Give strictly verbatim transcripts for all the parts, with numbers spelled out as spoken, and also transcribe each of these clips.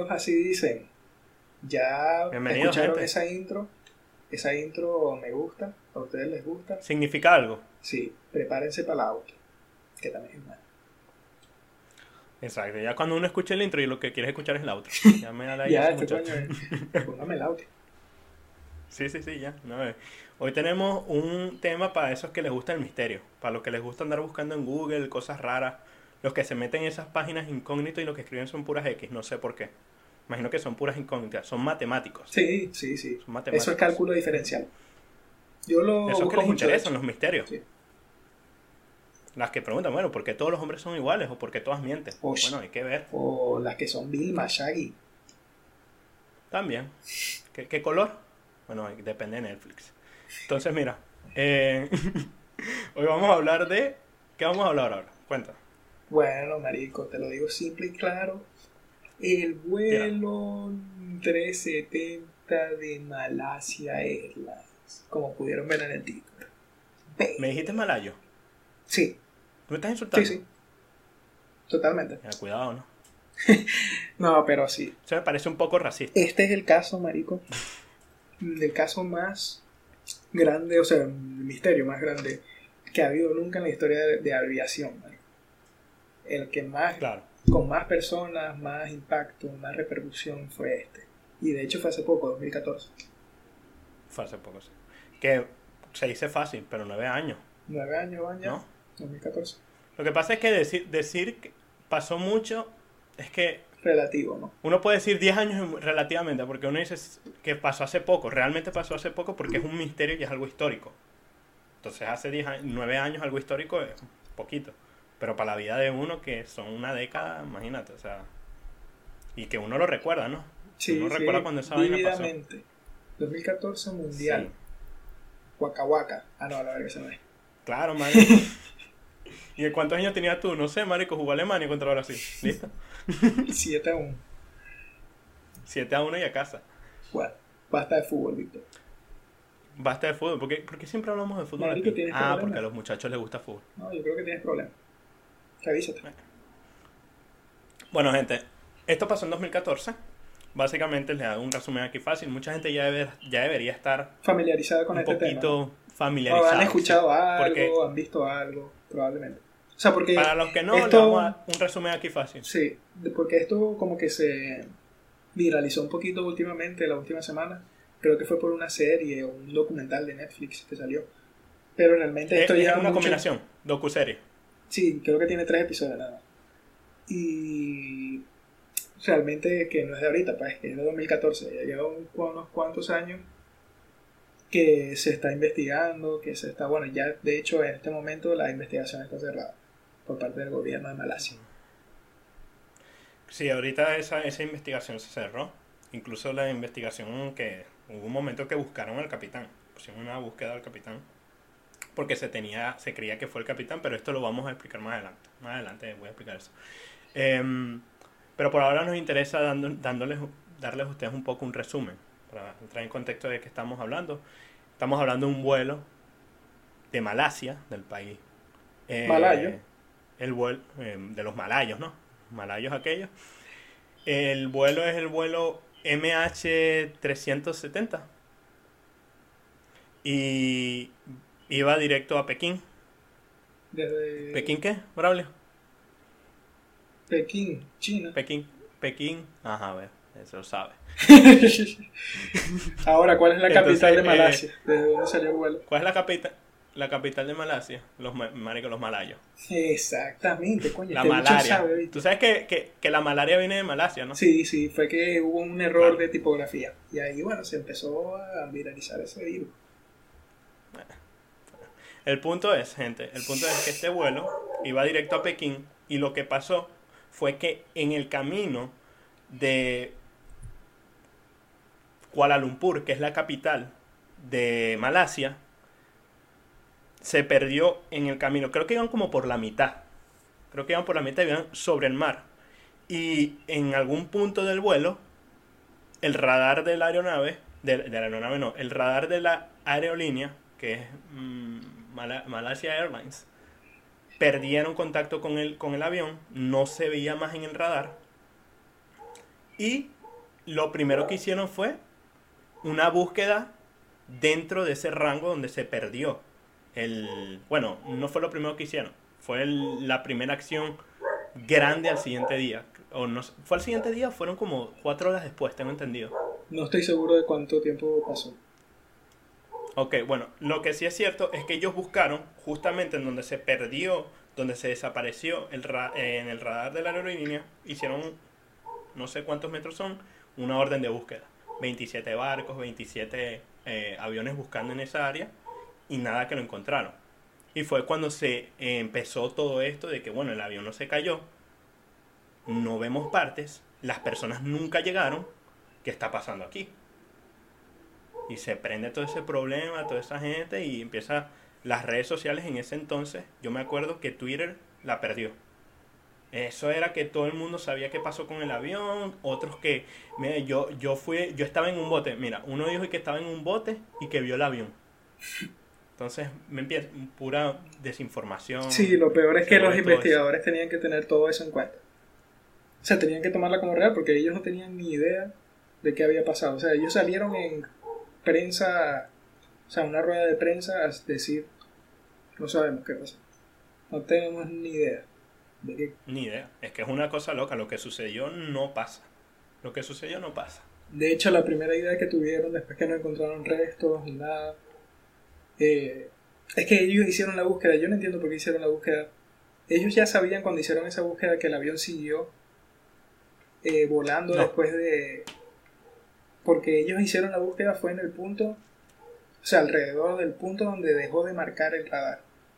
ellos así dicen, ya Bienvenido, escucharon gente. esa intro, esa intro me gusta, a ustedes les gusta, ¿Significa algo? sí, prepárense para la auto, que también es bueno. Exacto, ya cuando uno escucha el intro y lo que quiere escuchar es el outro. Ya me da ahí Ya, ese este muchacho. coño, eh, póngame el auto. Sí, sí, sí, ya. No, eh. Hoy tenemos un tema para esos que les gusta el misterio, para los que les gusta andar buscando en Google cosas raras, los que se meten en esas páginas incógnitas y lo que escriben son puras X, no sé por qué. Imagino que son puras incógnitas, son matemáticos. Sí, sí, sí, Son eso es matemáticos. cálculo diferencial. Yo lo Esos que busco les mucho, de interesan hecho. los misterios. Sí. Las que preguntan, bueno, ¿por qué todos los hombres son iguales o por qué todas mienten? Osh. Bueno, hay que ver. O las que son Vilma, Shaggy. También. ¿Qué, qué color? Bueno, depende de Netflix. Entonces, mira, eh, hoy vamos a hablar de... ¿Qué vamos a hablar ahora? Cuenta. Bueno, marico, te lo digo simple y claro. El Tira. vuelo trescientos setenta de Malasia Airlines, como pudieron ver en el título. ¿Me dijiste malayo? Sí, ¿Tú me estás sí, insultando? sí, totalmente. Ya, cuidado, ¿no? No, pero sí. Eso me parece un poco racista. Este es el caso, marico, el caso más grande, o sea, el misterio más grande que ha habido nunca en la historia de, de aviación, marico. El que más, Claro, con más personas, más impacto, más repercusión fue este. Y de hecho fue hace poco, dos mil catorce. fue hace poco, sí. Que se dice fácil, pero nueve años, Nueve años van ya, ¿no? dos mil catorce. Lo que pasa es que decir, decir que pasó mucho es que Relativo, ¿no? uno puede decir diez años relativamente, porque uno dice que pasó hace poco, realmente pasó hace poco porque es un misterio y es algo histórico. Entonces hace diez años, nueve años algo histórico es poquito, pero para la vida de uno que son una década, imagínate, o sea, y que uno lo recuerda, ¿no? Sí, Uno sí, recuerda cuando esa vaina pasó. vívidamente. dos mil catorce Sí, Mundial. Waka Waka. Ah, no, la verdad que se no es. claro, marico. ¿Y de cuántos años tenías tú? No sé, marico, jugó Alemania contra Brasil. ¿Listo? siete a uno. siete a uno y a casa. Bueno, basta de fútbol, Víctor. Basta de fútbol. ¿Por qué, por qué siempre hablamos de fútbol Marico, aquí? tienes Ah, problemas. porque a los muchachos les gusta fútbol. No, yo creo que tienes problemas. Revísate. Bueno, gente, esto pasó en dos mil catorce. Básicamente les hago un resumen aquí fácil. Mucha gente ya, debe, ya debería estar Familiarizada con un este tema, ¿no? poquito O familiarizada. han escuchado Sí, algo, porque han visto algo, probablemente. O sea, porque para los que no, esto, les vamos a dar un resumen aquí fácil. sí, porque esto como que se viralizó un poquito últimamente, la última semana. Creo que fue por una serie o un documental de Netflix que salió. Pero realmente Es, esto es lleva una mucho... combinación, docuserie. Sí, creo que tiene tres episodios nada más. Y realmente que no es de ahorita, pues que es de dos mil catorce. Ya lleva un- unos cuantos años que se está investigando, que se está... Bueno, ya de hecho en este momento la investigación está cerrada por parte del gobierno de Malasia. Sí, ahorita esa, esa investigación se cerró. Incluso la investigación que hubo un momento que buscaron al capitán. Pusieron una búsqueda al capitán. Porque se tenía, se creía que fue el capitán, pero esto lo vamos a explicar más adelante. Más adelante voy a explicar eso. Eh, pero por ahora nos interesa dando, dándoles, darles a ustedes un poco un resumen. Para entrar en contexto de qué estamos hablando. Estamos hablando de un vuelo de Malasia, del país. Eh, Malayo. el vuelo eh, de los malayos, ¿no? Malayos aquellos. El vuelo es el vuelo M H trescientos setenta y iba directo a Pekín. Desde ¿Pekín qué, Braulio? Pekín, China. Pekín, Pekín, ajá, a ver, eso lo sabe. Ahora, ¿cuál es la Entonces, capital de eh, Malasia? ¿Desde dónde salió el vuelo? ¿Cuál es la capital? La capital de Malasia, los ma- marico, los malayos. Exactamente, coño. La Este bicho malaria. sabe, ¿viste? Tú sabes que, que, que la malaria viene de Malasia, ¿no? Sí, sí, fue que hubo un error Claro. de tipografía. Y ahí, bueno, se empezó a viralizar ese virus. El punto es, gente, el punto es que este vuelo iba directo a Pekín y lo que pasó fue que en el camino de Kuala Lumpur, que es la capital de Malasia, se perdió en el camino. Creo que iban como por la mitad. Creo que iban por la mitad y iban sobre el mar. Y en algún punto del vuelo, el radar de la aeronave, de, de la aeronave no, el radar de la aerolínea, que es mmm, Mal- Malaysia Airlines, perdieron contacto con el, con el avión, no se veía más en el radar Y lo primero que hicieron fue una búsqueda dentro de ese rango donde se perdió. El, bueno, no fue lo primero que hicieron. Fue el, la primera acción grande al siguiente día. O no, ¿fue al siguiente día o fueron como cuatro horas después? Tengo entendido. No estoy seguro de cuánto tiempo pasó. Ok, bueno, lo que sí es cierto es que ellos buscaron justamente en donde se perdió, donde se desapareció el ra en el radar de la aerolínea, hicieron, no sé cuántos metros son, una orden de búsqueda. veintisiete barcos, veintisiete eh, aviones buscando en esa área y nada que lo encontraron. Y fue cuando se eh, empezó todo esto de que, bueno, el avión no se cayó, no vemos partes, las personas nunca llegaron, ¿qué está pasando aquí? Y se prende todo ese problema, toda esa gente y empieza las redes sociales en ese entonces. Yo me acuerdo que Twitter la perdió. Eso era que todo el mundo sabía qué pasó con el avión, otros que, mira, yo, yo fui, yo estaba en un bote, mira, uno dijo que estaba en un bote y que vio el avión. Entonces me empieza pura desinformación. Sí, lo peor es que los investigadores eso. tenían que tener todo eso en cuenta. O sea, tenían que tomarla como real porque ellos no tenían ni idea de qué había pasado. O sea, ellos salieron en prensa, o sea, una rueda de prensa a decir, no sabemos qué pasó. No tenemos ni idea. ¿De qué? Ni idea. Es que es una cosa loca. Lo que sucedió no pasa. Lo que sucedió no pasa. De hecho, la primera idea que tuvieron después que no encontraron restos ni nada, eh, es que ellos hicieron la búsqueda. Yo no entiendo por qué hicieron la búsqueda. Ellos ya sabían cuando hicieron esa búsqueda que el avión siguió eh, volando no. después de... Porque ellos hicieron la búsqueda fue en el punto, o sea, alrededor del punto donde dejó de marcar el radar.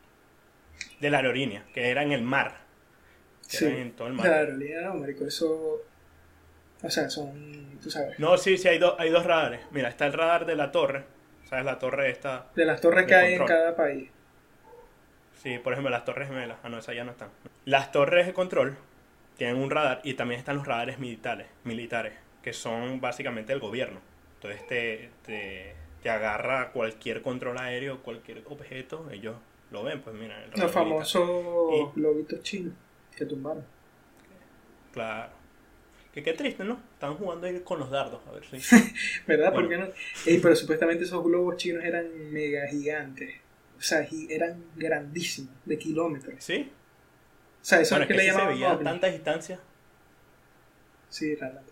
De la aerolínea, que era en el mar. Que sí, era en todo el mar. De la aerolínea no, marico, eso... O sea, son, tú sabes. No, sí, sí, hay, do, hay dos radares. Mira, está el radar de la torre. ¿Sabes? La torre esta... De las torres de que hay control. En cada país. Sí, por ejemplo, las torres gemelas. Ah, no, esas ya no están. Las torres de control tienen un radar y también están los radares militares, militares, que son básicamente el gobierno. Entonces te, te, te agarra cualquier control aéreo, cualquier objeto, ellos lo ven, pues mira. El los famosos globitos chinos que tumbaron. Claro. Que qué triste, ¿no? Estaban jugando ahí con los dardos, a ver si... ¿Verdad? Bueno. ¿Por qué no? Ey, pero supuestamente esos globos chinos eran mega gigantes. O sea, eran grandísimos, de kilómetros. ¿Sí? O sea, eso bueno, es que, que le si llamaban se veía a tantas distancias. Sí, realmente.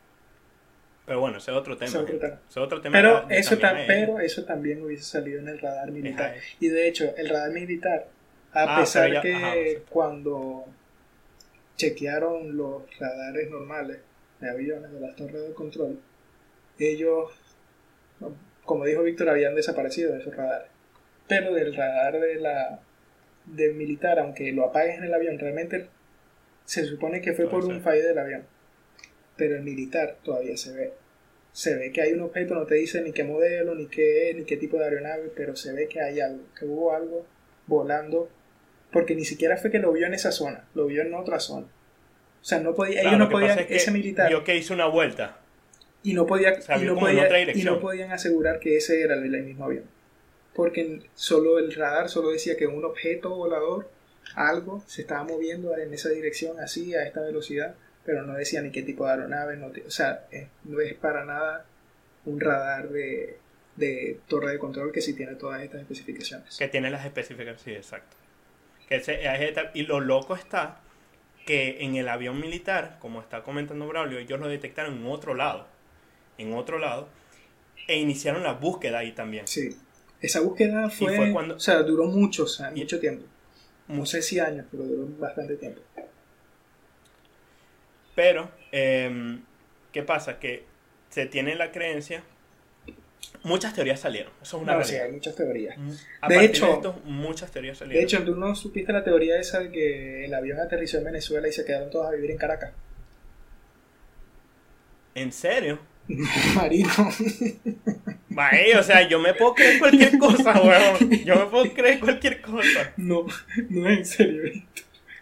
Pero bueno, ese es otro tema. Ese es otro tema. Ese es otro tema pero, de, eso de ta pero eso también hubiese salido en el radar militar. Ajá. Y de hecho, el radar militar, a ah, pesar ya, que ajá, cuando chequearon los radares normales de aviones, de las torres de control, ellos, como dijo Víctor, habían desaparecido de esos radares. Pero del radar de la del militar, aunque lo apagues en el avión, realmente se supone que fue por un fallo del avión. Pero el militar todavía se ve. Se ve que hay un objeto, no te dice ni qué modelo, ni qué es, ni qué tipo de aeronave, pero se ve que hay algo, que hubo algo volando, porque ni siquiera fue que lo vio en esa zona, lo vio en otra zona. O sea, no podía, claro, ellos no podían, es que ese militar... Vio que hizo una vuelta. Y no, podía, o sea, y, no podía y no podían asegurar que ese era el mismo avión. Porque solo el radar solo decía que un objeto volador, algo, se estaba moviendo en esa dirección, así, a esta velocidad, pero no decía ni qué tipo de aeronave, no te, o sea, eh, no es para nada un radar de, de torre de control que sí tiene todas estas especificaciones. Que tiene las especificaciones, sí, exacto. Que ese, y lo loco está que en el avión militar, como está comentando Braulio, ellos lo detectaron en otro lado, en otro lado, e iniciaron la búsqueda ahí también. Sí, esa búsqueda fue, fue cuando, o sea, duró muchos, y, mucho tiempo. No sé si años, pero duró bastante tiempo. Pero, eh, ¿qué pasa? Que se tiene la creencia, muchas teorías salieron, eso es una no, realidad. Sí, hay muchas teorías. A de hecho, de esto, muchas teorías salieron. De hecho, ¿tú no supiste la teoría esa de que el avión aterrizó en Venezuela y se quedaron todos a vivir en Caracas? ¿En serio? Marino. Vaya, o sea, yo me puedo creer cualquier cosa, weón. Yo me puedo creer cualquier cosa. No, no es en serio, Víctor.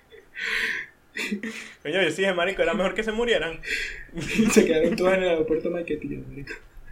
Coño, yo sí dije, marico, era mejor que se murieran. Se quedaron todos en el aeropuerto Maiquetía, marico.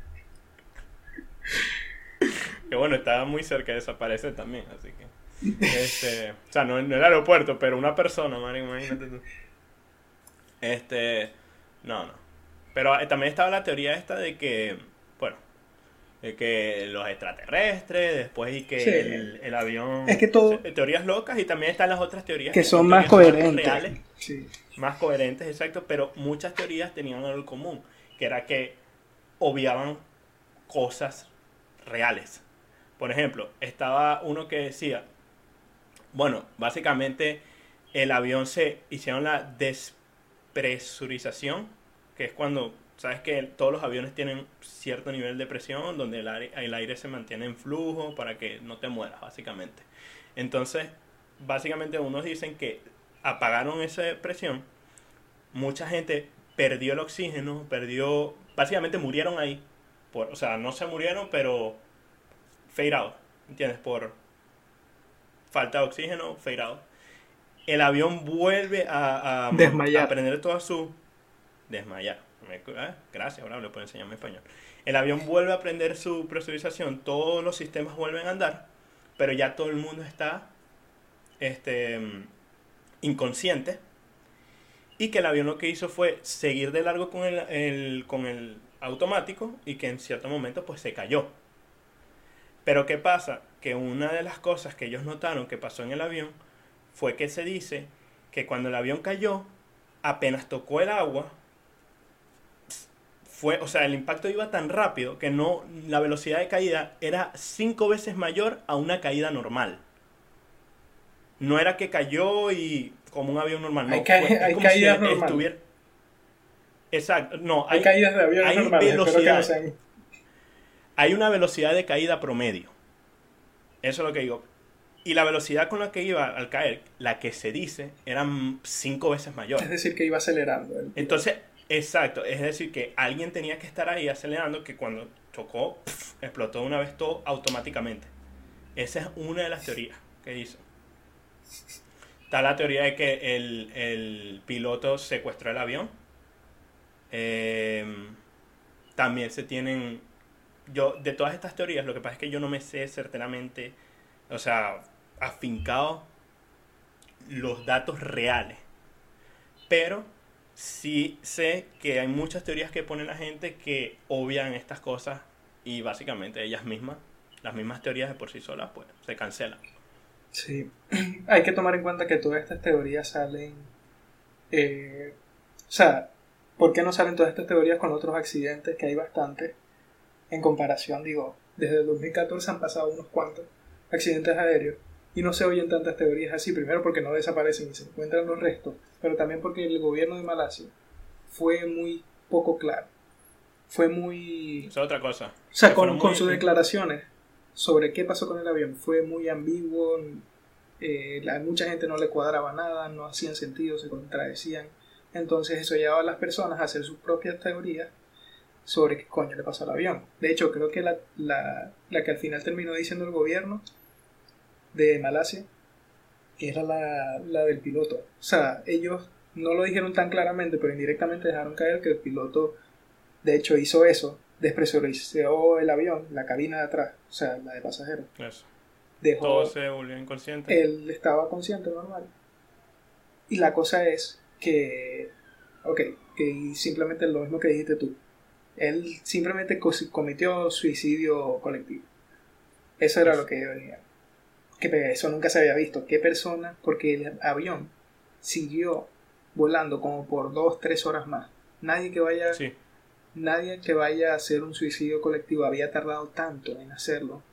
Que bueno, estaba muy cerca de desaparecer también, así que... Este, o sea, no en el aeropuerto, pero una persona, marico, imagínate tú. Este... No, no. Pero eh, también estaba la teoría esta de que, bueno, de que los extraterrestres, después y que Sí. el, el avión... Es que todo... Teorías locas, y también están las otras teorías que, que son, son más coherentes. Reales, sí. Más coherentes, exacto, pero muchas teorías tenían algo en común, que era que obviaban cosas reales. Por ejemplo, estaba uno que decía, bueno, básicamente el avión se hicieron la despresurización, que es cuando, sabes que todos los aviones tienen cierto nivel de presión, donde el aire, el aire se mantiene en flujo para que no te mueras, básicamente. Entonces, básicamente unos dicen que apagaron esa presión, mucha gente perdió el oxígeno, perdió, básicamente murieron ahí, por, o sea, no se murieron, pero fade out, ¿entiendes? Por falta de oxígeno, fade out. El avión vuelve a, a, desmayar. a prender toda su... Desmayar. ¿Eh? Gracias, ahora le puedo enseñarme español. El avión vuelve a prender su presurización, todos los sistemas vuelven a andar, pero ya todo el mundo está este, inconsciente, y que el avión lo que hizo fue seguir de largo con el, el, con el automático, y que en cierto momento pues se cayó. Pero ¿qué pasa? Que una de las cosas que ellos notaron que pasó en el avión fue que se dice que cuando el avión cayó, apenas tocó el agua, fue, o sea, el impacto iba tan rápido que no, la velocidad de caída era cinco veces mayor a una caída normal. No era que cayó y como un avión normal, no. Hay, ca fue, hay como caídas si normales. Estuviera... Exacto, no. Hay, hay caídas de aviones normales, velocidad, espero que no sean... Hay una velocidad de caída promedio. Eso es lo que digo. Y la velocidad con la que iba al caer, la que se dice, eran cinco veces mayor. Es decir, que iba acelerando. El Entonces, exacto, es decir, que alguien tenía que estar ahí acelerando, que cuando chocó, pff, explotó de una vez todo automáticamente. Esa es una de las teorías que dicen. Está la teoría de que el, el piloto secuestró el avión. Eh, también se tienen... Yo, de todas estas teorías, lo que pasa es que yo no me sé certeramente, o sea, afincado los datos reales. Pero sí sé que hay muchas teorías que pone la gente que obvian estas cosas, y básicamente ellas mismas, las mismas teorías de por sí solas, pues se cancelan. Sí, hay que tomar en cuenta que todas estas teorías salen... Eh, o sea, ¿por qué no salen todas estas teorías con otros accidentes? Que hay bastantes. En comparación, digo, desde el dos mil catorce han pasado unos cuantos accidentes aéreos y no se oyen tantas teorías así. Primero porque no desaparecen y se encuentran los restos, pero también porque el gobierno de Malasia fue muy poco claro. Fue muy... Es otra cosa. O sea, con, muy... con sus declaraciones sobre qué pasó con el avión fue muy ambiguo. Eh, a mucha gente no le cuadraba nada, no hacían sentido, se contradecían. Entonces eso llevaba a las personas a hacer sus propias teorías sobre qué coño le pasó al avión. De hecho, creo que la, la, la que al final terminó diciendo el gobierno de Malasia era la, la del piloto. O sea, ellos no lo dijeron tan claramente, pero indirectamente dejaron caer que el piloto, de hecho, hizo eso, despresurizó el avión, la cabina de atrás, o sea, la de pasajeros. Eso. Dejó, Todo se volvió inconsciente. Él estaba consciente, normal. Y la cosa es que, ok, que simplemente lo mismo que dijiste tú. Él simplemente cometió suicidio colectivo. Eso era lo que yo decía. Que eso nunca se había visto. ¿Qué persona? Porque el avión siguió volando como por dos, tres horas más. Nadie que vaya, sí. nadie que vaya a hacer un suicidio colectivo había tardado tanto en hacerlo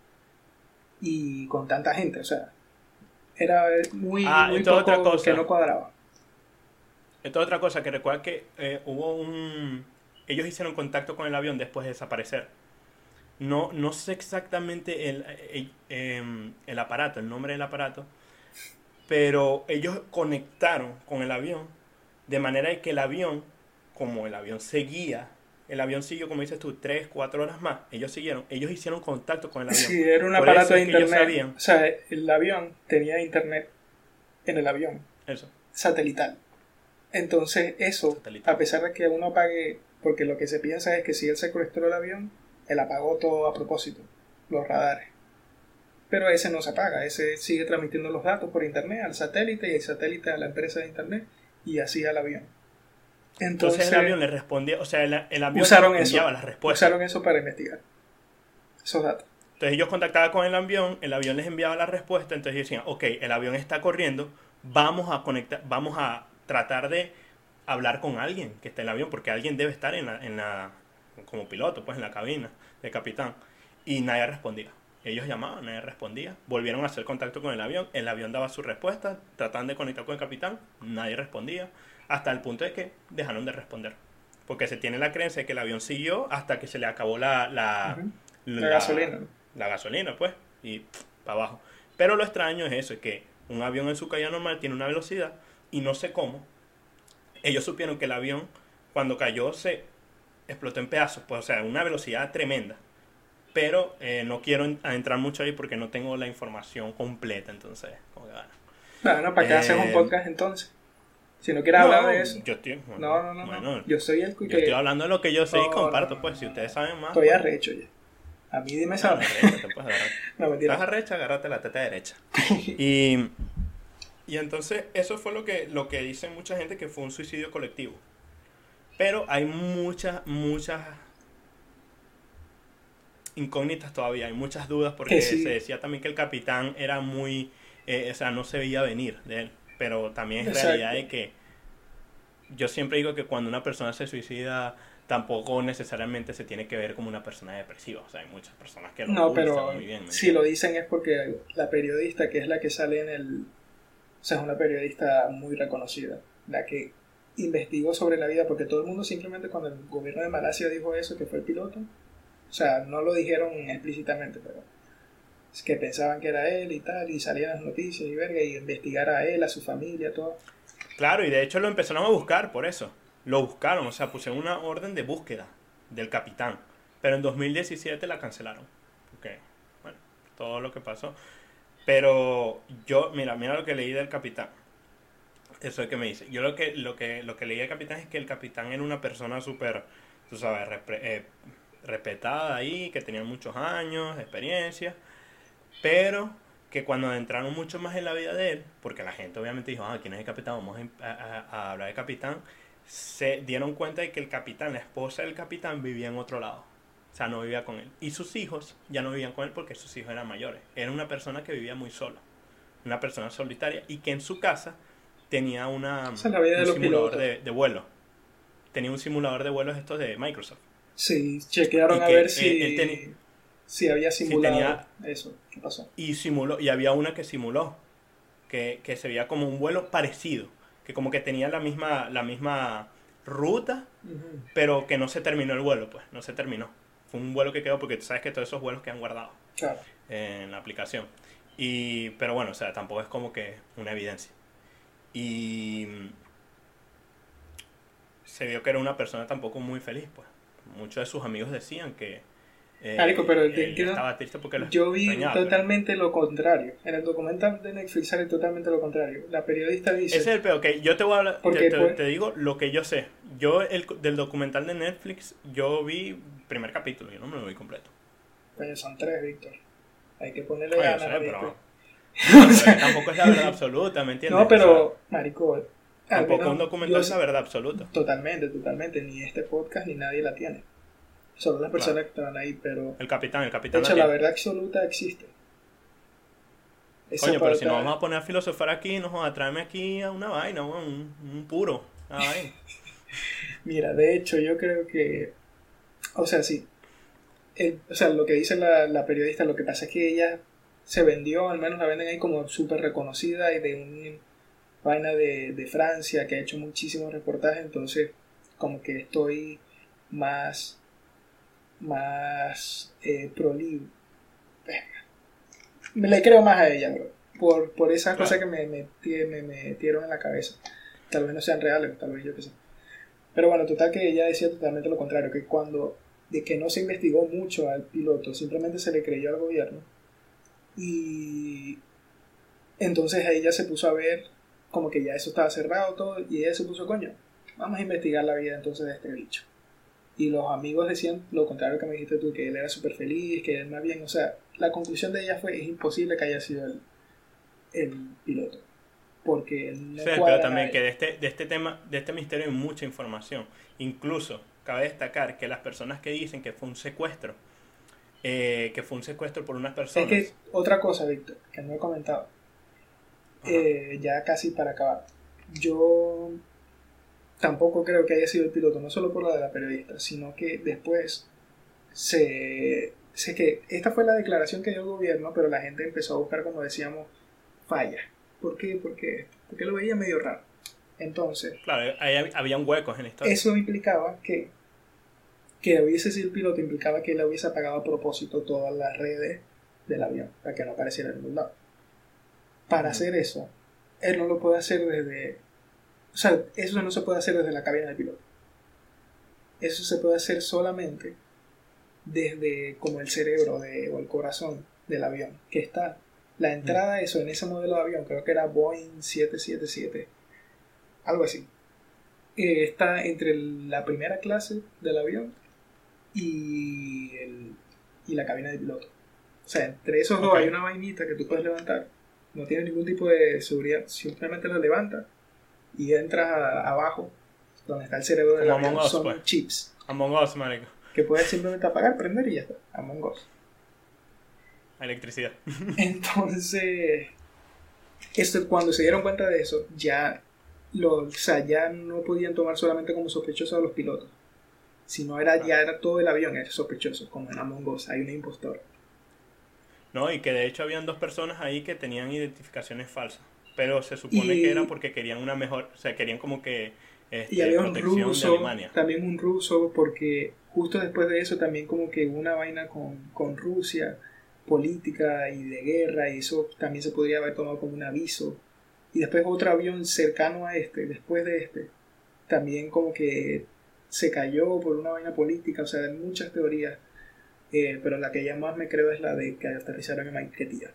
y con tanta gente. O sea, era muy, ah, muy poco otra cosa. Que no cuadraba. Esto es otra cosa, que recuerda que eh, hubo un... Ellos hicieron contacto con el avión después de desaparecer. No, no sé exactamente el, el, el, el aparato, el nombre del aparato, pero ellos conectaron con el avión de manera que el avión, como el avión seguía, el avión siguió, como dices tú, tres, cuatro horas más. Ellos siguieron, ellos hicieron contacto con el avión. Sí, era un Por aparato de es internet. sabían, o sea, el avión tenía internet en el avión. Eso. Satelital. Entonces, eso, satelital. A pesar de que uno apague, porque lo que se piensa es que si él secuestró el avión, él apagó todo a propósito, los radares. Pero ese no se apaga, ese sigue transmitiendo los datos por internet al satélite y el satélite a la empresa de internet y así al avión. Entonces, Entonces el avión le respondía, o sea, el, el avión usaron enviaba eso, las respuestas. usaron eso para investigar esos datos. Entonces ellos contactaban con el avión, el avión les enviaba la respuesta, entonces ellos decían, ok, el avión está corriendo, vamos a conectar, vamos a tratar de hablar con alguien que esté en el avión, porque alguien debe estar en la, en la, como piloto, pues en la cabina de capitán. Y nadie respondía. Ellos llamaban, nadie respondía. Volvieron a hacer contacto con el avión, el avión daba su respuesta, trataban de conectar con el capitán, nadie respondía, hasta el punto de que dejaron de responder. Porque se tiene la creencia de que el avión siguió hasta que se le acabó la, la, Uh-huh. la, la gasolina. La gasolina, pues, y para abajo. Pero lo extraño es eso, es que un avión en su caída normal tiene una velocidad y no sé cómo. Ellos supieron que el avión, cuando cayó, se explotó en pedazos, pues, o sea, una velocidad tremenda. Pero eh, no quiero entrar mucho ahí porque no tengo la información completa, entonces, como que bueno. Bueno, ¿para qué Eh, haces un podcast entonces? Si no quieres no, hablar de eso. Yo estoy, bueno, no, no, no, bueno, no. Yo soy el que... Yo estoy hablando de lo que yo sé no, y comparto, no, no, pues, si ustedes saben más. Estoy pues, arrecho ya. A mí dime no, sabes. arrecha, te puedes agarrar. No, mentira. Estás arrecha, agárrate la teta derecha. Y, y entonces eso fue lo que, lo que dice mucha gente, que fue un suicidio colectivo. Pero hay muchas, muchas incógnitas todavía, hay muchas dudas porque sí. se decía también que el capitán era muy, eh, o sea, no se veía venir de él. Pero también es Exacto. realidad de que yo siempre digo que cuando una persona se suicida tampoco necesariamente se tiene que ver como una persona depresiva. O sea, hay muchas personas que lo no, ocultan pero muy bien. si lo dicen es porque la periodista, que es la que sale en el... O sea, es una periodista muy reconocida, la que investigó sobre la vida, porque todo el mundo simplemente cuando el gobierno de Malasia dijo eso, que fue el piloto, o sea, no lo dijeron explícitamente, pero es que pensaban que era él y tal, y salían las noticias y verga, y investigar a él, a su familia, todo. Claro, y de hecho lo empezaron a buscar por eso. Lo buscaron, o sea, pusieron una orden de búsqueda del capitán. Pero en dos mil diecisiete la cancelaron. Porque, bueno, todo lo que pasó. Pero yo, mira, mira lo que leí del capitán. Eso es que me dice. Yo lo que, lo que, lo que leí del capitán es que el capitán era una persona súper, tú sabes, repre, eh, respetada ahí, que tenía muchos años, experiencia. Pero que cuando adentraron mucho más en la vida de él, porque la gente obviamente dijo, ah, ¿quién es el capitán? Vamos a, a, a hablar de capitán. Se dieron cuenta de que el capitán, la esposa del capitán, vivía en otro lado. O sea, no vivía con él. Y sus hijos ya no vivían con él porque sus hijos eran mayores. Era una persona que vivía muy sola. Una persona solitaria. Y que en su casa tenía una, Esa es la vida de un los simulador pilotos. de, de vuelo. Tenía un simulador de vuelos estos de Microsoft. Sí, chequearon Y a que ver él- si, él tenía- si había simulado tenía- eso. ¿Qué pasó? Y simuló, y había una que simuló. Que, que se veía como un vuelo parecido. Que como que tenía la misma, la misma ruta, Uh-huh. pero que no se terminó el vuelo, pues, no se terminó. Fue un vuelo que quedó porque tú sabes que todos esos vuelos quedan guardados Claro. en la aplicación. Y, pero bueno, o sea, tampoco es como que una evidencia. Y se vio que era una persona tampoco muy feliz, pues. Muchos de sus amigos decían que eh, Marico, pero él te quiero- estaba triste porque lo Yo vi extrañaba, pero- totalmente lo contrario. En el documental de Netflix sale totalmente lo contrario. La periodista dice... Ese es el peor, que yo te voy a hablar, ¿Por te, qué, te- pues? te digo lo que yo sé. Yo el, del documental de Netflix, yo vi primer capítulo, yo no me lo vi completo. Coño, son tres, Víctor. Hay que ponerle Oye, yo ganas, sé, ¿viste? pero, pero es que tampoco es la verdad absoluta, ¿me entiendes? No, pero, O sea, marico, al tampoco menos un documental yo es la verdad absoluta. Totalmente, totalmente. Ni este podcast ni nadie la tiene. Solo las personas Claro. que están ahí, pero... El capitán, el De capitán hecho, la la tiene. verdad absoluta existe. Esa Coño, pero si parte- nos vamos a poner a filosofar aquí, nos vamos a traerme aquí a una vaina, weón, un, un puro, una vaina. Mira, de hecho, yo creo que... O sea, sí. El- o sea, lo que dice la, la periodista, lo que pasa es que ella se vendió, al menos la venden ahí como súper reconocida y de una vaina de, de Francia que ha hecho muchísimos reportajes, entonces como que estoy más más eh, pro libre. Me le creo más a ella, bro, por, por esas Claro. cosas que me, me, me metieron en la cabeza. Tal vez no sean reales, tal vez yo qué sé. Pero bueno, total que ella decía totalmente lo contrario, que cuando de que no se investigó mucho al piloto, simplemente se le creyó al gobierno. Y entonces ella se puso a ver como que ya eso estaba cerrado todo, y ella se puso, coño, vamos a investigar la vida entonces de este bicho. Y los amigos decían lo contrario que me dijiste tú, que él era súper feliz, que él más bien, o sea, la conclusión de ella fue, es imposible que haya sido el, el piloto. porque no Sí, pero cuadra también nada. que de este, de este tema, de este misterio hay mucha información. Incluso, cabe destacar que las personas que dicen que fue un secuestro, eh, que fue un secuestro por unas Es que personas. otra cosa, Víctor, que no he comentado, Ajá. eh, ya casi para acabar. Yo tampoco creo que haya sido el piloto, no solo por la de la periodista, sino que después se... Sé que esta fue la declaración que dio el gobierno, pero la gente empezó a buscar, como decíamos, fallas. ¿Por qué? Porque, porque lo veía medio raro. Entonces, Claro, ahí habían huecos en la historia. eso implicaba que, que hubiese sido el piloto, implicaba que él hubiese apagado a propósito todas las redes del avión, para que no apareciera en ningún lado. Para Mm. hacer eso, él no lo puede hacer desde... O sea, eso no se puede hacer desde la cabina del piloto. Eso se puede hacer solamente desde como el cerebro de, o el corazón del avión, que está la entrada de eso en ese modelo de avión, creo que era Boeing siete siete siete, algo así. Eh, está entre la primera clase del avión y, el, y la cabina del piloto. O sea, entre esos dos Ok. hay una vainita que tú puedes levantar. No tiene ningún tipo de seguridad, simplemente la levantas y entras a- abajo, donde está el cerebro del Como avión. Among Us, Son pues. chips Among Us, marico. que puedes simplemente apagar, prender y ya está. Among Us. Electricidad. Entonces, esto, cuando se dieron cuenta de eso, ya, lo, o sea, ya no podían tomar solamente como sospechosos a los pilotos, sino era, Claro. ya era todo el avión era sospechoso, como en Among Us, hay un impostor. No, y que de hecho habían dos personas ahí que tenían identificaciones falsas. Pero se supone Y, que era porque querían una mejor, o sea, querían como que y este, había un protección de ruso, Alemania. también un ruso, porque justo después de eso también como que hubo una vaina con, con Rusia, política y de guerra, y eso también se podría haber tomado como un aviso. Y después otro avión cercano a este, después de este, también como que se cayó por una vaina política, o sea, hay muchas teorías, eh, pero la que ya más me creo es la de que aterrizaron en Maiquetía.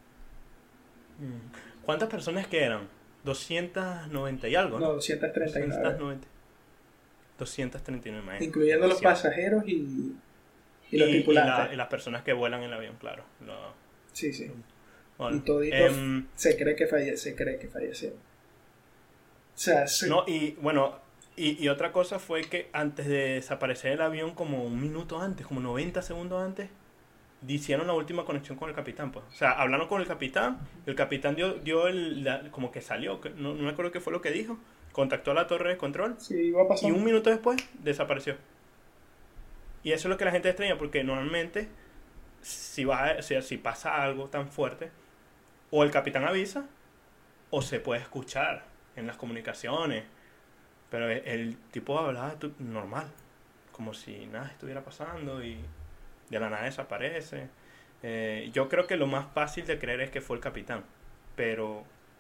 Mm. ¿Cuántas personas que eran? doscientos noventa y algo, No, ¿no? doscientos treinta y nueve, doscientos noventa. doscientos treinta y nueve, imagínate. incluyendo los Demasiado. pasajeros y, y Y, los y, tripulantes. la- y las personas que vuelan en el avión, claro. Lo- Sí, sí. bueno, Y toditos em, se cree que falle, se cree que fallecieron. O sea, se- no, y bueno, y, y otra cosa fue que antes de desaparecer el avión, como un minuto antes, como noventa segundos antes, hicieron la última conexión con el capitán, pues. O sea, hablaron con el capitán, el capitán dio, dio el, la- como que salió, que no, no me acuerdo qué fue lo que dijo, contactó a la torre de control sí, iba a y pasar. un minuto después desapareció. Y eso es lo que la gente extraña, porque normalmente, si, va, a- o sea, si pasa algo tan fuerte, o el capitán avisa, o se puede escuchar en las comunicaciones. Pero el, el tipo hablaba tu- normal, como si nada estuviera pasando y de la nada desaparece. Eh, yo creo que lo más fácil de creer es que fue el capitán, pero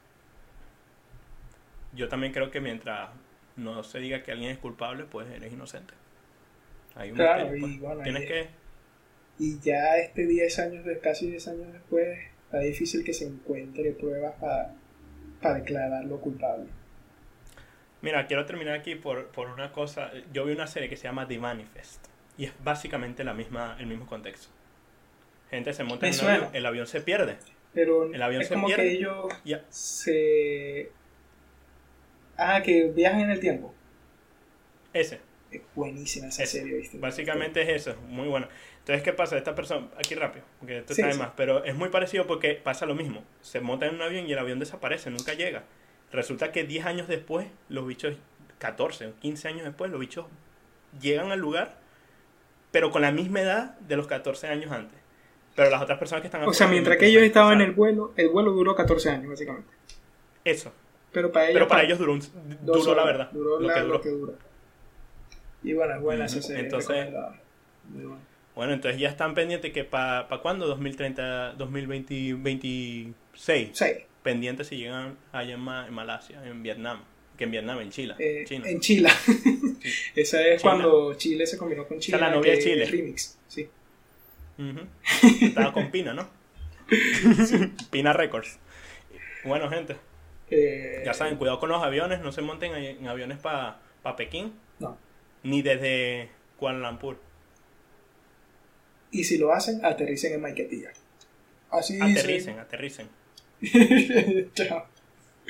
yo también creo que mientras no se diga que alguien es culpable, pues eres inocente. Hay un Claro, misterio, pues. y bueno, Tienes y, que... y ya este diez años, de, casi diez años después, está difícil que se encuentre pruebas para, para declararlo culpable. Mira, quiero terminar aquí por, por una cosa. Yo vi una serie que se llama The Manifest y es básicamente la misma, el mismo contexto. Gente se monta Me en un suena. avión, el avión se pierde. Pero El avión es se como pierde. que ellos Ya. se... Ah, que viajan en el tiempo. Ese. Es buenísima esa Ese. serie, ¿viste? Básicamente es eso, muy bueno. Entonces, ¿qué pasa? Esta persona, aquí rápido, porque esto Sí, sabe sí. más, pero es muy parecido porque pasa lo mismo. Se monta en un avión y el avión desaparece, nunca llega. Resulta que diez años después, los bichos, catorce o quince años después, los bichos llegan al lugar, pero con la misma edad de los catorce años antes. Pero las otras personas que están O sea, afuera mientras obviamente que no ellos saben qué estaban en pasar. el vuelo, el vuelo duró catorce años, básicamente. Eso. Pero para ellos, Pero para pa- ellos duró, un- dos duró la horas, verdad, duró lo la- que duró. lo que dura. Y bueno, es buena esa Ujú. serie, Entonces- recomendada. Muy buena. Bueno, entonces ya están pendientes que para pa cuándo, dos mil treinta, dos mil veinte, veintiséis. Sí, Pendientes si llegan allá en, Ma- en Malasia, en Vietnam. Que en Vietnam, en Chile. eh, China. en Chile. Sí. Esa es China. cuando Chile se combinó con China. Esa es la novia de que Chile. Remix, sí. Ujú. Estaba con Pina, ¿no? Pina Records. Bueno, gente, Eh, ya saben, cuidado con los aviones, no se monten ahí en aviones para pa Pekín, No. ni desde Kuala Lumpur. Y si lo hacen, aterricen en Maiquetía. Así Aterricen, aterricen. dice. Chao.